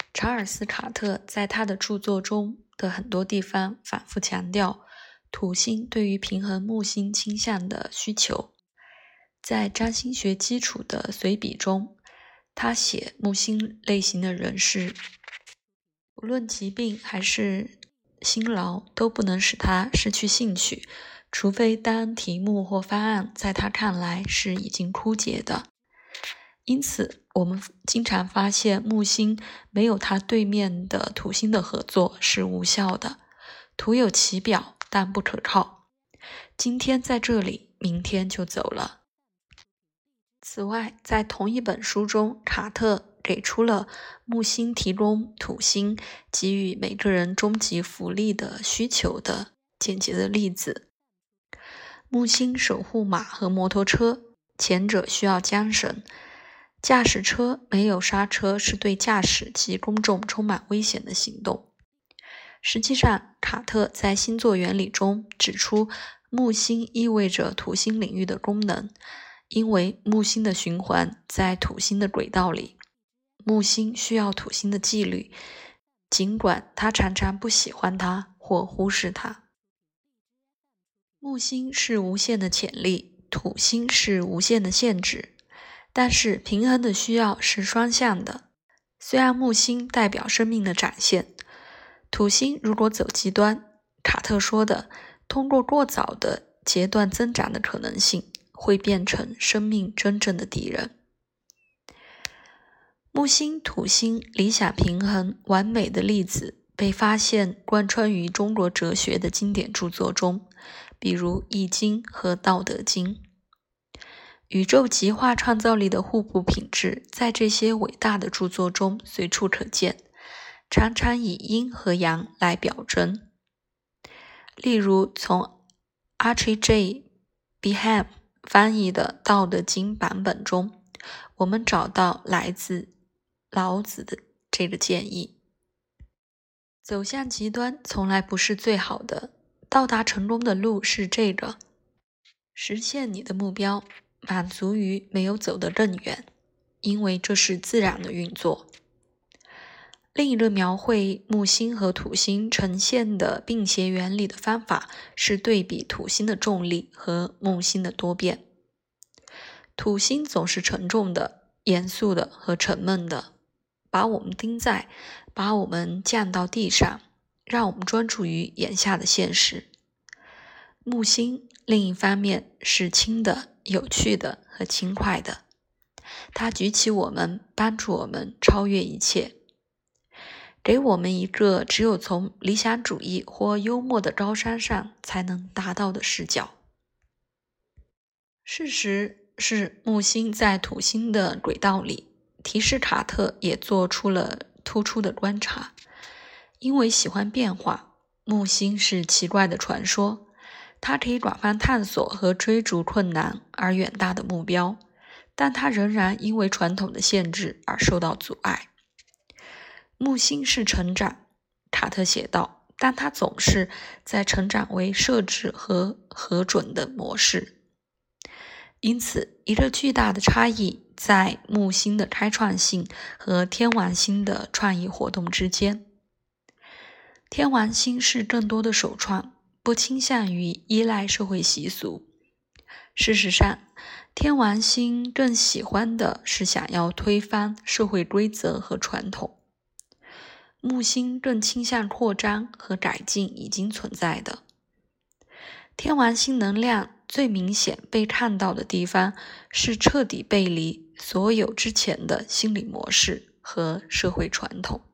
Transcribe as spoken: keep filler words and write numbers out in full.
查尔斯·卡特在他的著作中的很多地方反复强调土星对于平衡木星倾向的需求。在占星学基础的随笔中，他写木星类型的人士，无论疾病还是辛劳都不能使他失去兴趣，除非当题目或方案在他看来是已经枯竭的。因此我们经常发现木星没有它对面的土星的合作是无效的，徒有其表但不可靠，今天在这里，明天就走了。此外，在同一本书中，卡特给出了木星提供土星给予每个人终极福利的需求的简洁的例子。木星守护马和摩托车，前者需要缰绳，驾驶车没有刹车是对驾驶及公众充满危险的行动。实际上，卡特在星座原理中指出，木星意味着土星领域的功能，因为木星的循环在土星的轨道里，木星需要土星的纪律，尽管它常常不喜欢它或忽视它。木星是无限的潜力，土星是无限的限制，但是平衡的需要是双向的。虽然木星代表生命的展现，土星如果走极端，卡特说的通过过早的截断增长的可能性，会变成生命真正的敌人。木星土星理想平衡完美的例子被发现贯穿于中国哲学的经典著作中，比如《易经》和《道德经》。宇宙极化创造力的互补品质在这些伟大的著作中随处可见，常常以阴和阳来表征。例如，从 Archie J. Beham 翻译的《道德经》版本中，我们找到来自老子的这个建议：走向极端从来不是最好的，到达成功的路是这个：实现你的目标，满足于没有走得更远，因为这是自然的运作。另一个描绘木星和土星呈现的并协原理的方法是对比土星的重力和木星的多变。土星总是沉重的、严肃的和沉闷的，把我们钉在，把我们降到地上，让我们专注于眼下的现实。木星另一方面是轻的、有趣的和轻快的，它举起我们，帮助我们超越一切，给我们一个只有从理想主义或幽默的高山上才能达到的视角。事实是，木星在土星的轨道里，提示卡特也做出了突出的观察。因为喜欢变化，木星是奇怪的传说，它可以广泛探索和追逐困难而远大的目标，但它仍然因为传统的限制而受到阻碍。木星是成长，卡特写道，但它总是在成长为设置和核准的模式。因此，一个巨大的差异在木星的开创性和天王星的创意活动之间。天王星是更多的首创，不倾向于依赖社会习俗。事实上，天王星更喜欢的是想要推翻社会规则和传统。木星更倾向扩张和改进已经存在的。天王星能量最明显被看到的地方是彻底背离所有之前的心理模式和社会传统。